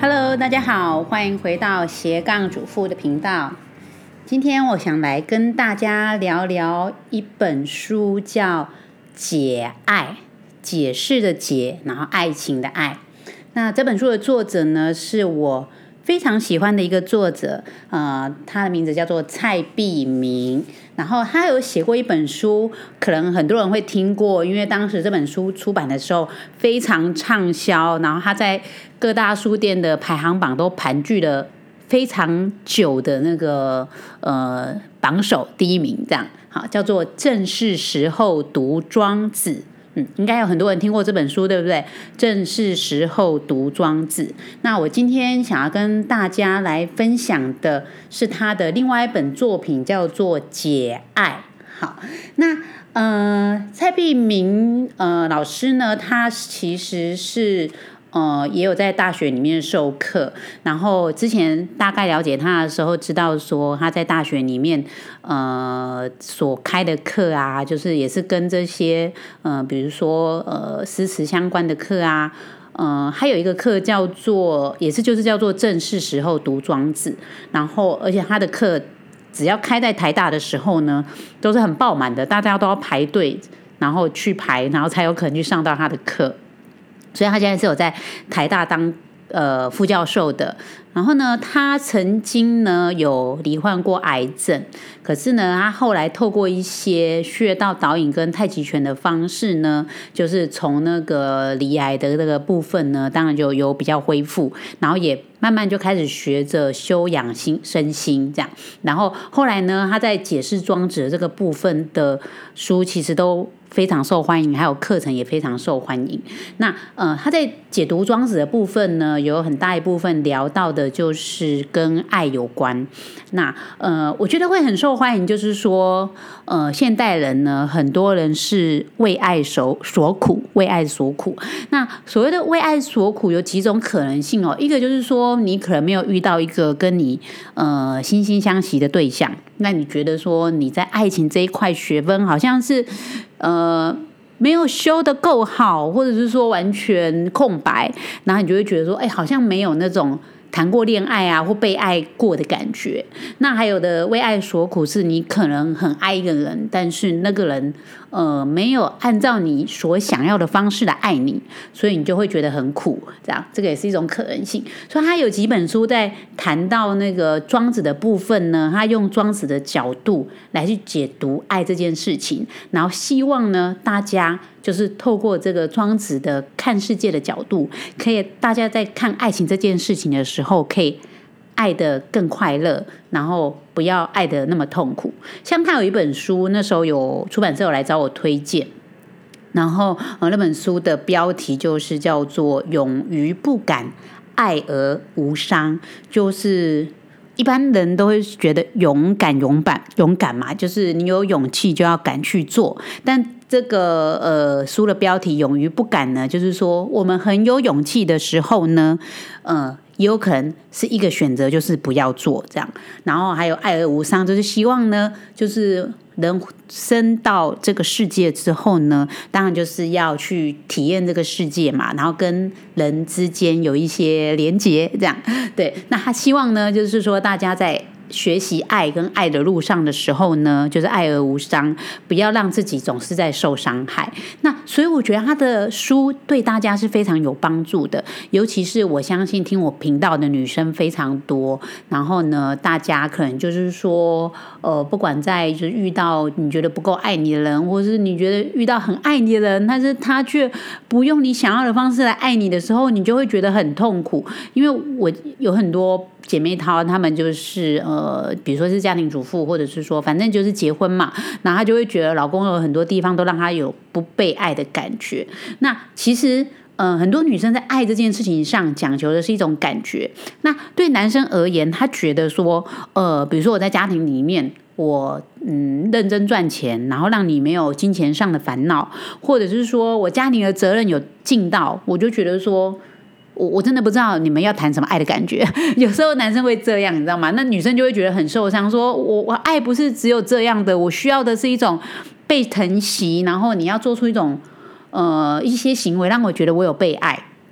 Hello， 大家好，欢迎回到斜杠主妇的频道。今天我想来跟大家聊聊一本书，叫《解爱》，解释的解，然后爱情的爱。那这本书的作者呢，是我非常喜欢的一个作者，他的名字叫做蔡璧名。然后他有写过一本书，可能很多人会听过，因为当时这本书出版的时候非常畅销，然后他在各大书店的排行榜都盘踞了非常久的那个榜首第一名，这样好，叫做《正是时候读庄子》。应该有很多人听过这本书，对不对？正是时候读庄子。那我今天想要跟大家来分享的是他的另外一本作品，叫做《解爱》。好，那蔡璧名老师呢，他其实是也有在大学里面授课，然后之前大概了解他的时候，知道说他在大学里面所开的课啊，就是也是跟这些比如说诗词相关的课啊，还有一个课叫做叫做正是时候读庄子，然后而且他的课只要开在台大的时候呢，都是很爆满的，大家都要排队，然后去排，然后才有可能去上到他的课。所以他现在是有在台大当副教授的。然后呢，他曾经呢有罹患过癌症，可是呢，他后来透过一些穴道导引跟太极拳的方式呢，就是从那个罹癌的这个部分呢，当然就有比较恢复，然后也慢慢就开始学着修养身心这样。然后后来呢，他在解释庄子的这个部分的书，其实都非常受欢迎，还有课程也非常受欢迎。那他在解读庄子的部分呢，有很大一部分聊到的就是跟爱有关。那我觉得会很受欢迎，就是说现代人呢，很多人是为爱所苦，为爱所苦。那所谓的为爱所苦有几种可能性哦，一个就是说你可能没有遇到一个跟你惺惺相惜的对象，那你觉得说你在爱情这一块学分好像是没有修得够好，或者是说完全空白，然后你就会觉得说好像没有那种谈过恋爱啊或被爱过的感觉。那还有的为爱所苦，是你可能很爱一个人，但是那个人没有按照你所想要的方式来爱你，所以你就会觉得很苦，这个也是一种可能性。所以他有几本书在谈到那个庄子的部分呢，他用庄子的角度来去解读爱这件事情，然后希望呢大家就是透过这个庄子的看世界的角度，可以大家在看爱情这件事情的时候，可以爱得更快乐，然后不要爱得那么痛苦。像他有一本书，那时候有出版社有来找我推荐，然后那本书的标题就是叫做《勇于不敢，爱而无伤》，就是一般人都会觉得勇敢嘛，就是你有勇气就要敢去做，但这个书的标题勇于不敢呢，就是说我们很有勇气的时候呢，也有可能是一个选择，就是不要做这样。然后还有爱而无伤，就是希望呢，就是人生到这个世界之后呢，当然就是要去体验这个世界嘛，然后跟人之间有一些连结这样。对，那他希望呢，就是说大家在学习爱跟爱的路上的时候呢，就是爱而无伤，不要让自己总是在受伤害。那所以我觉得他的书对大家是非常有帮助的，尤其是我相信听我频道的女生非常多，然后呢大家可能就是说不管在就是遇到你觉得不够爱你的人，或是你觉得遇到很爱你的人，但是他却不用你想要的方式来爱你的时候，你就会觉得很痛苦。因为我有很多姐妹淘，她们就是比如说是家庭主妇，或者是说反正就是结婚嘛，然后她就会觉得老公有很多地方都让她有不被爱的感觉。那其实很多女生在爱这件事情上讲求的是一种感觉。那对男生而言，他觉得说比如说我在家庭里面我认真赚钱，然后让你没有金钱上的烦恼，或者是说我家庭的责任有尽到，我就觉得说我真的不知道你们要谈什么爱的感觉。有时候男生会这样，你知道吗？那女生就会觉得很受伤，说我爱不是只有这样的，我需要的是一种被疼惜，然后你要做出一种一些行为让我觉得我有被爱。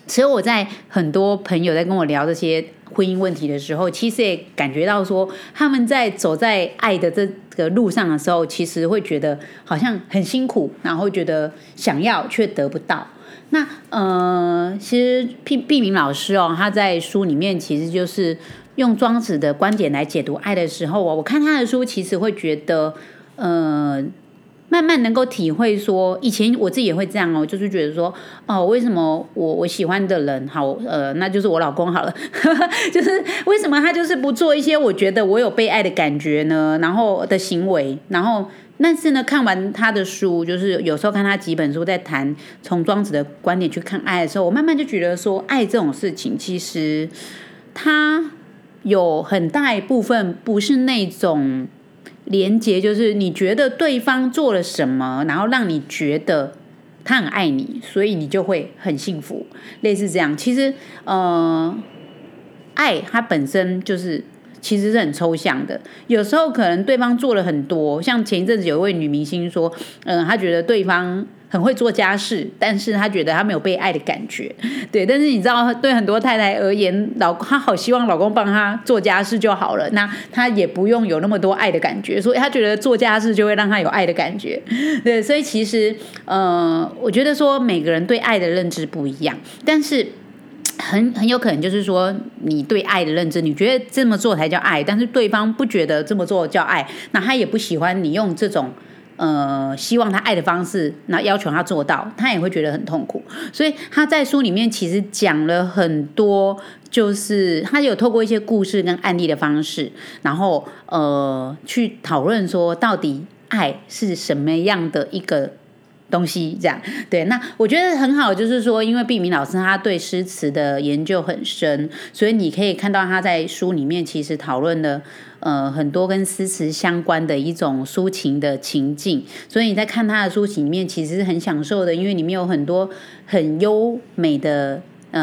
所以我在很多朋友在跟我聊这些婚姻问题的时候，其实也感觉到说，他们在走在爱的这个路上的时候，其实会觉得好像很辛苦，然后觉得想要却得不到。那其实毕明老师哦，他在书里面其实就是用庄子的观点来解读爱的时候，我看他的书，其实会觉得慢慢能够体会说，以前我自己也会这样哦，就是觉得说，哦，为什么我喜欢的人好，那就是我老公好了，就是为什么他就是不做一些我觉得我有被爱的感觉呢？然后的行为，然后但是呢，看完他的书，就是有时候看他几本书在谈从庄子的观点去看爱的时候，我慢慢就觉得说，爱这种事情其实它有很大一部分不是那种连结，就是你觉得对方做了什么，然后让你觉得他很爱你，所以你就会很幸福，类似这样。其实爱它本身就是其实是很抽象的，有时候可能对方做了很多，像前一阵子有一位女明星说，她觉得对方很会做家事，但是她觉得她没有被爱的感觉，对。但是你知道，对很多太太而言，她好希望老公帮她做家事就好了，那她也不用有那么多爱的感觉，所以她觉得做家事就会让她有爱的感觉，对。所以其实我觉得说每个人对爱的认知不一样，但是很有可能就是说，你对爱的认知，你觉得这么做才叫爱，但是对方不觉得这么做叫爱，那他也不喜欢你用这种希望他爱的方式，那要求他做到，他也会觉得很痛苦。所以他在书里面其实讲了很多，就是他有透过一些故事跟案例的方式，然后去讨论说，到底爱是什么样的一个东西，这样。对。那我觉得很好，就是说因为毕明老师他对诗词的研究很深，所以你可以看到他在书里面其实讨论了很多跟诗词相关的一种抒情的情境，所以你在看他的书情里面其实是很享受的，因为里面有很多很优美的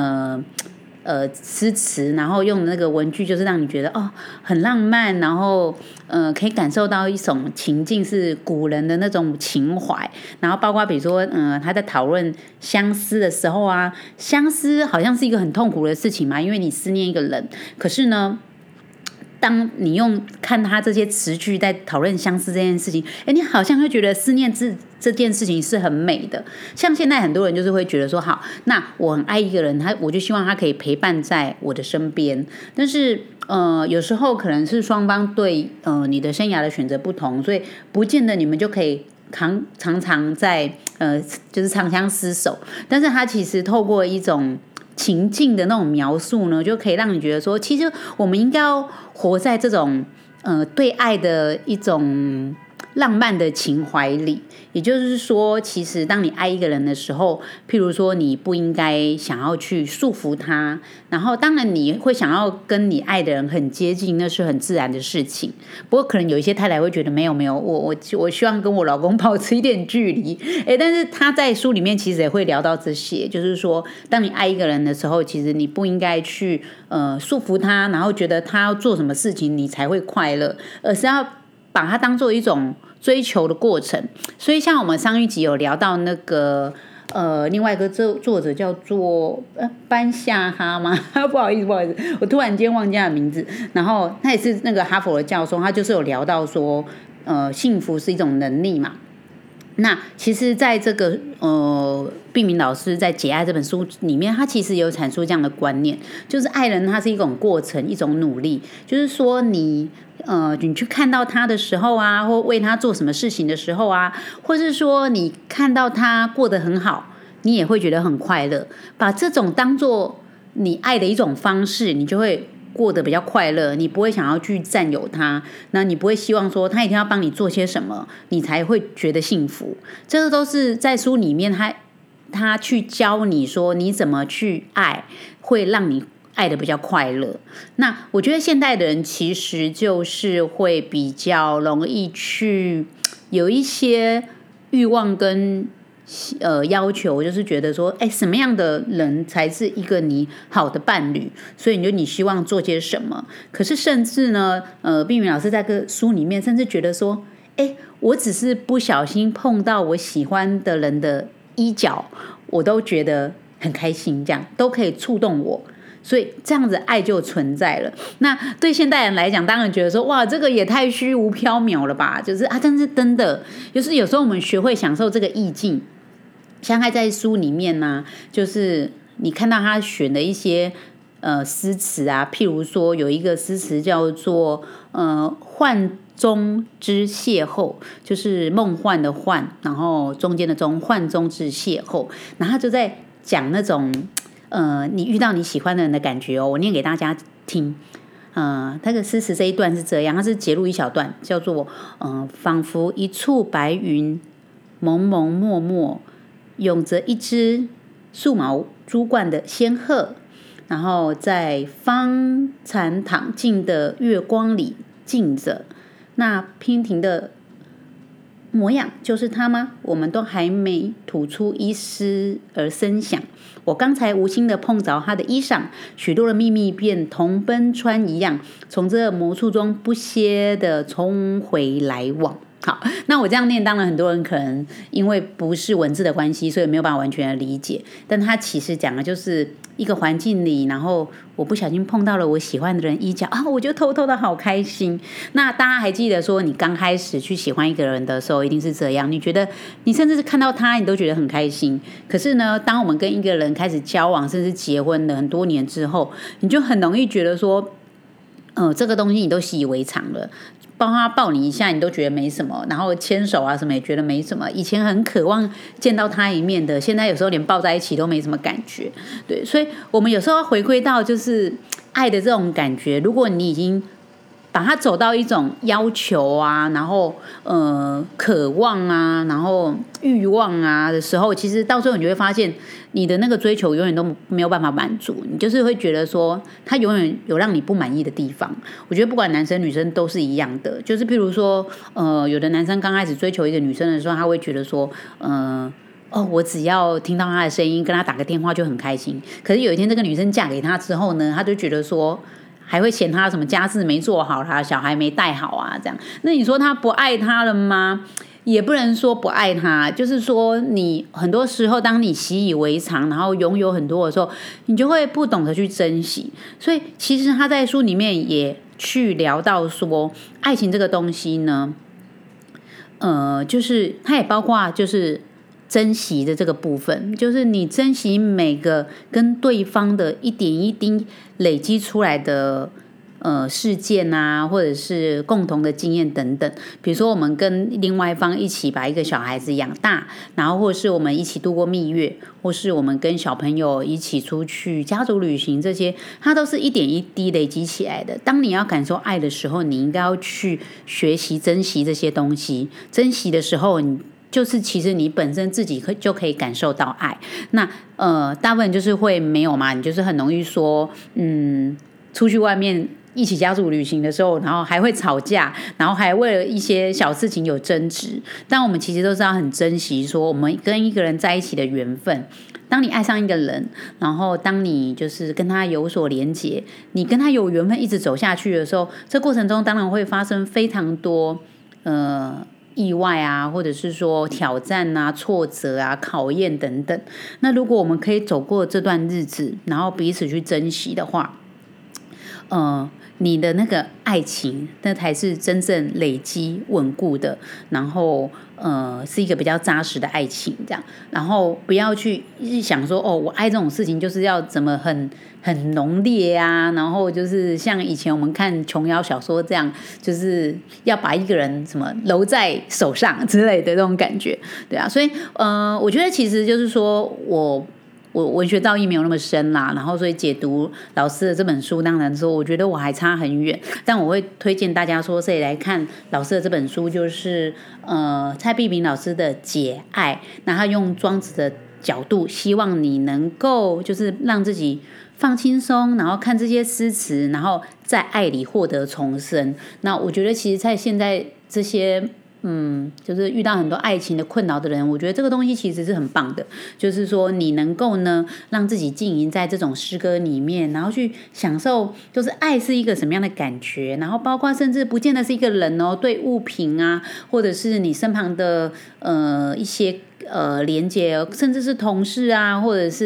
诗词，然后用那个文句就是让你觉得很浪漫，然后可以感受到一种情境是古人的那种情怀，然后包括比如说他在讨论相思的时候啊，相思好像是一个很痛苦的事情嘛，因为你思念一个人，可是呢当你用看他这些词句在讨论相思这件事情，你好像会觉得思念这件事情是很美的。像现在很多人就是会觉得说，好，那我很爱一个人，我就希望他可以陪伴在我的身边。但是有时候可能是双方对你的生涯的选择不同，所以不见得你们就可以常常在就是长相厮守。但是他其实透过一种情境的那种描述呢，就可以让你觉得说，其实我们应该要活在这种对爱的一种浪漫的情怀里。也就是说，其实当你爱一个人的时候，譬如说你不应该想要去束缚他，然后当然你会想要跟你爱的人很接近，那是很自然的事情。不过可能有一些太太会觉得没有，我希望跟我老公保持一点距离。但是他在书里面其实也会聊到这些，就是说当你爱一个人的时候，其实你不应该去束缚他，然后觉得他要做什么事情你才会快乐，而是要把它当做一种追求的过程。所以像我们上一集有聊到那个另外一个作者叫做班夏哈吗？不好意思，我突然间忘记他的名字。然后他也是那个哈佛的教授，他就是有聊到说幸福是一种能力嘛。那其实在这个毕明老师在《解爱》这本书里面，他其实有阐述这样的观念，就是爱人他是一种过程，一种努力，就是说你去看到他的时候啊，或为他做什么事情的时候啊，或是说你看到他过得很好，你也会觉得很快乐，把这种当作你爱的一种方式，你就会过得比较快乐，你不会想要去占有他，那你不会希望说他一定要帮你做些什么你才会觉得幸福。这个都是在书里面他去教你说你怎么去爱，会让你爱的比较快乐。那我觉得现代的人其实就是会比较容易去有一些欲望跟要求，就是觉得说什么样的人才是一个你好的伴侣，所以你希望做些什么。可是甚至呢毕明老师在个书里面甚至觉得说我只是不小心碰到我喜欢的人的衣角，我都觉得很开心，这样都可以触动我。所以这样子爱就存在了。那对现代人来讲，当然觉得说，哇，这个也太虚无缥缈了吧？就是但是真的，就是有时候我们学会享受这个意境。像他在书里面呢，就是你看到他选的一些诗词啊，譬如说有一个诗词叫做幻中之邂逅，就是梦幻的幻，然后中间的中，幻中之邂逅，然后他就在讲那种你遇到你喜欢的人的感觉哦。我念给大家听。那个诗词这一段是这样，它是截录一小段，叫做仿佛一簇白云，蒙蒙漠漠，拥着一只素毛珠冠的仙鹤，然后在芳残躺静的月光里静着，那娉婷的模样就是他吗？我们都还没吐出一丝而声响，我刚才无心的碰着他的衣裳，许多的秘密便同奔川一样，从这魔处中不歇的冲回来往。好，那我这样念，当然很多人可能因为不是文字的关系，所以没有办法完全的理解。但他其实讲的就是一个环境里，然后我不小心碰到了我喜欢的人衣角我就偷偷的好开心。那大家还记得说，你刚开始去喜欢一个人的时候，一定是这样，你觉得你甚至是看到他，你都觉得很开心。可是呢，当我们跟一个人开始交往，甚至结婚了很多年之后，你就很容易觉得说，这个东西你都习以为常了。帮他抱你一下，你都觉得没什么，然后牵手啊什么也觉得没什么。以前很渴望见到他一面的，现在有时候连抱在一起都没什么感觉。对，所以我们有时候要回归到就是爱的这种感觉。如果你已经把它走到一种要求啊，然后渴望啊，然后欲望啊的时候，其实到最后你就会发现，你的那个追求永远都没有办法满足，你就是会觉得说，他永远有让你不满意的地方。我觉得不管男生女生都是一样的，就是譬如说，有的男生刚开始追求一个女生的时候，他会觉得说，我只要听到他的声音，跟他打个电话就很开心。可是有一天这个女生嫁给他之后呢，他就觉得说，还会嫌他什么家事没做好啦，小孩没带好啊，这样。那你说他不爱他了吗？也不能说不爱他，就是说你很多时候当你习以为常，然后拥有很多的时候，你就会不懂得去珍惜。所以其实他在书里面也去聊到说，爱情这个东西呢，就是它也包括就是珍惜的这个部分，就是你珍惜每个跟对方的一点一滴累积出来的事件啊，或者是共同的经验等等。比如说我们跟另外一方一起把一个小孩子养大，然后或者是我们一起度过蜜月，或是我们跟小朋友一起出去家族旅行，这些它都是一点一滴累积起来的。当你要感受爱的时候，你应该要去学习珍惜这些东西。珍惜的时候，你就是其实你本身自己就可以感受到爱。那大部分就是会没有嘛，你就是很容易说出去外面一起家族旅行的时候，然后还会吵架，然后还为了一些小事情有争执。但我们其实都是要很珍惜说我们跟一个人在一起的缘分。当你爱上一个人，然后当你就是跟他有所连结，你跟他有缘分一直走下去的时候，这过程中当然会发生非常多意外啊，或者是说挑战啊、挫折啊、考验等等。那如果我们可以走过这段日子，然后彼此去珍惜的话，你的那个爱情，那才是真正累积稳固的，然后是一个比较扎实的爱情，这样。然后不要去想说，我爱这种事情就是要怎么很浓烈啊，然后就是像以前我们看琼瑶小说这样，就是要把一个人什么搂在手上之类的这种感觉，对啊。所以我觉得其实就是说我文学造诣没有那么深啦，然后所以解读老师的这本书，当然说我觉得我还差很远，但我会推荐大家说可以来看老师的这本书，就是蔡碧明老师的《解爱》，那他用庄子的角度，希望你能够就是让自己放轻松，然后看这些诗词，然后在爱里获得重生。那我觉得其实在现在这些就是遇到很多爱情的困扰的人，我觉得这个东西其实是很棒的，就是说你能够呢让自己浸淫在这种诗歌里面，然后去享受就是爱是一个什么样的感觉，然后包括甚至不见得是一个人哦，对物品啊，或者是你身旁的一些连接，甚至是同事啊，或者是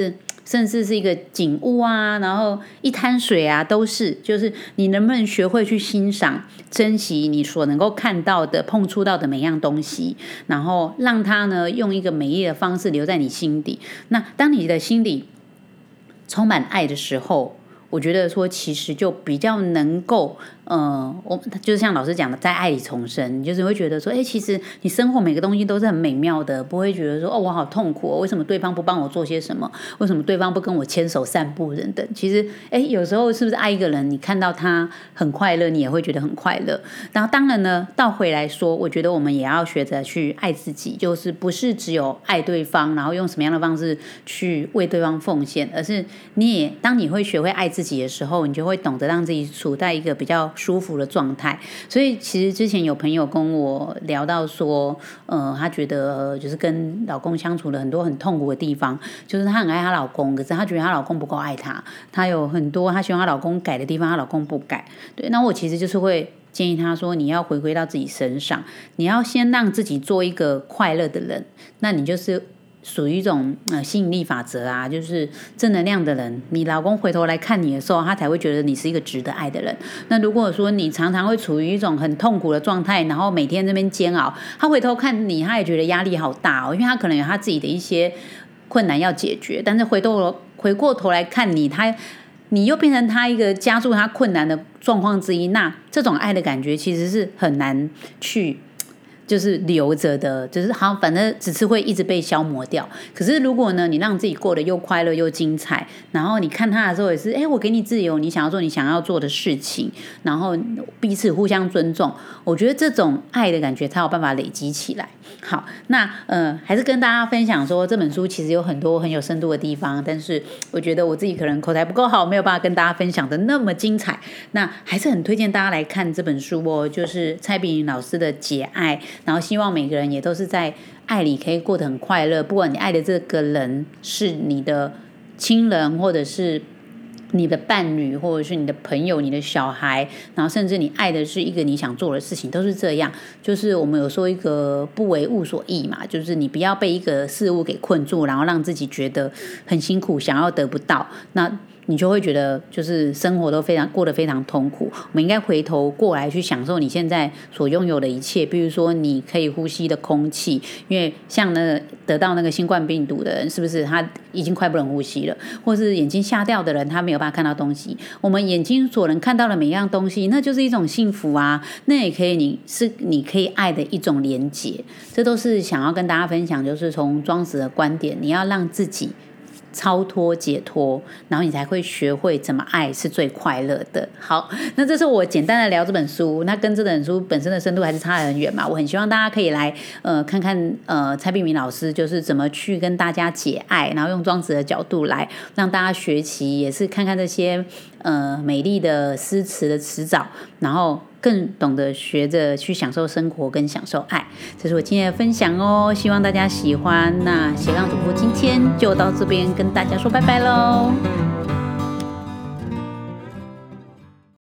甚至是一个景物啊，然后一滩水啊，都是，就是你能不能学会去欣赏、珍惜你所能够看到的、碰触到的每样东西，然后让它呢用一个美丽的方式留在你心底。那当你的心里充满爱的时候，我觉得说其实就比较能够就是像老师讲的，在爱里重生，就是会觉得说，其实你生活每个东西都是很美妙的，不会觉得说，我好痛苦，为什么对方不帮我做些什么？为什么对方不跟我牵手散步等等？其实，有时候是不是爱一个人，你看到他很快乐，你也会觉得很快乐。然后当然呢，倒回来说，我觉得我们也要学着去爱自己，就是不是只有爱对方，然后用什么样的方式去为对方奉献，而是当你会学会爱自己的时候，你就会懂得让自己处在一个比较舒服的状态。所以其实之前有朋友跟我聊到说，她觉得就是跟老公相处了很多很痛苦的地方，就是她很爱她老公，可是她觉得她老公不够爱她，她有很多她希望她老公改的地方，她老公不改。对，那我其实就是会建议她说，你要回归到自己身上，你要先让自己做一个快乐的人，那你就是属于一种吸引力法则啊，就是正能量的人，你老公回头来看你的时候，他才会觉得你是一个值得爱的人。那如果说你常常会处于一种很痛苦的状态，然后每天这边煎熬，他回头看你，他也觉得压力好大因为他可能有他自己的一些困难要解决，但是回过头来看你又变成他一个加速他困难的状况之一，那这种爱的感觉其实是很难去就是留着的，就是好像反正只是会一直被消磨掉。可是如果呢，你让自己过得又快乐又精彩，然后你看他的时候也是，我给你自由，你想要做你想要做的事情，然后彼此互相尊重，我觉得这种爱的感觉才有办法累积起来。好，那还是跟大家分享说，这本书其实有很多很有深度的地方，但是我觉得我自己可能口才不够好，没有办法跟大家分享的那么精彩。那还是很推荐大家来看这本书就是蔡碧玲老师的《解爱》，然后希望每个人也都是在爱里可以过得很快乐，不管你爱的这个人是你的亲人，或者是你的伴侣，或者是你的朋友、你的小孩，然后甚至你爱的是一个你想做的事情，都是这样。就是我们有说一个不为物所役嘛，就是你不要被一个事物给困住，然后让自己觉得很辛苦，想要得不到，那你就会觉得就是生活都过得非常痛苦。我们应该回头过来去享受你现在所拥有的一切，比如说你可以呼吸的空气，因为像得到那个新冠病毒的人，是不是他已经快不能呼吸了？或是眼睛瞎掉的人，他没有办法看到东西。我们眼睛所能看到的每一样东西，那就是一种幸福啊！那也可以，你可以爱的一种连结。这都是想要跟大家分享，就是从庄子的观点，你要让自己超脱解脱，然后你才会学会怎么爱是最快乐的。好，那这是我简单的聊这本书，那跟这本书本身的深度还是差得很远嘛。我很希望大家可以来看看蔡碧明老师就是怎么去跟大家解爱，然后用庄子的角度来让大家学习，也是看看这些美丽的诗词的词藻，然后更懂得学着去享受生活跟享受爱。这是我今天的分享希望大家喜欢。那斜杠主妇今天就到这边跟大家说拜拜咯。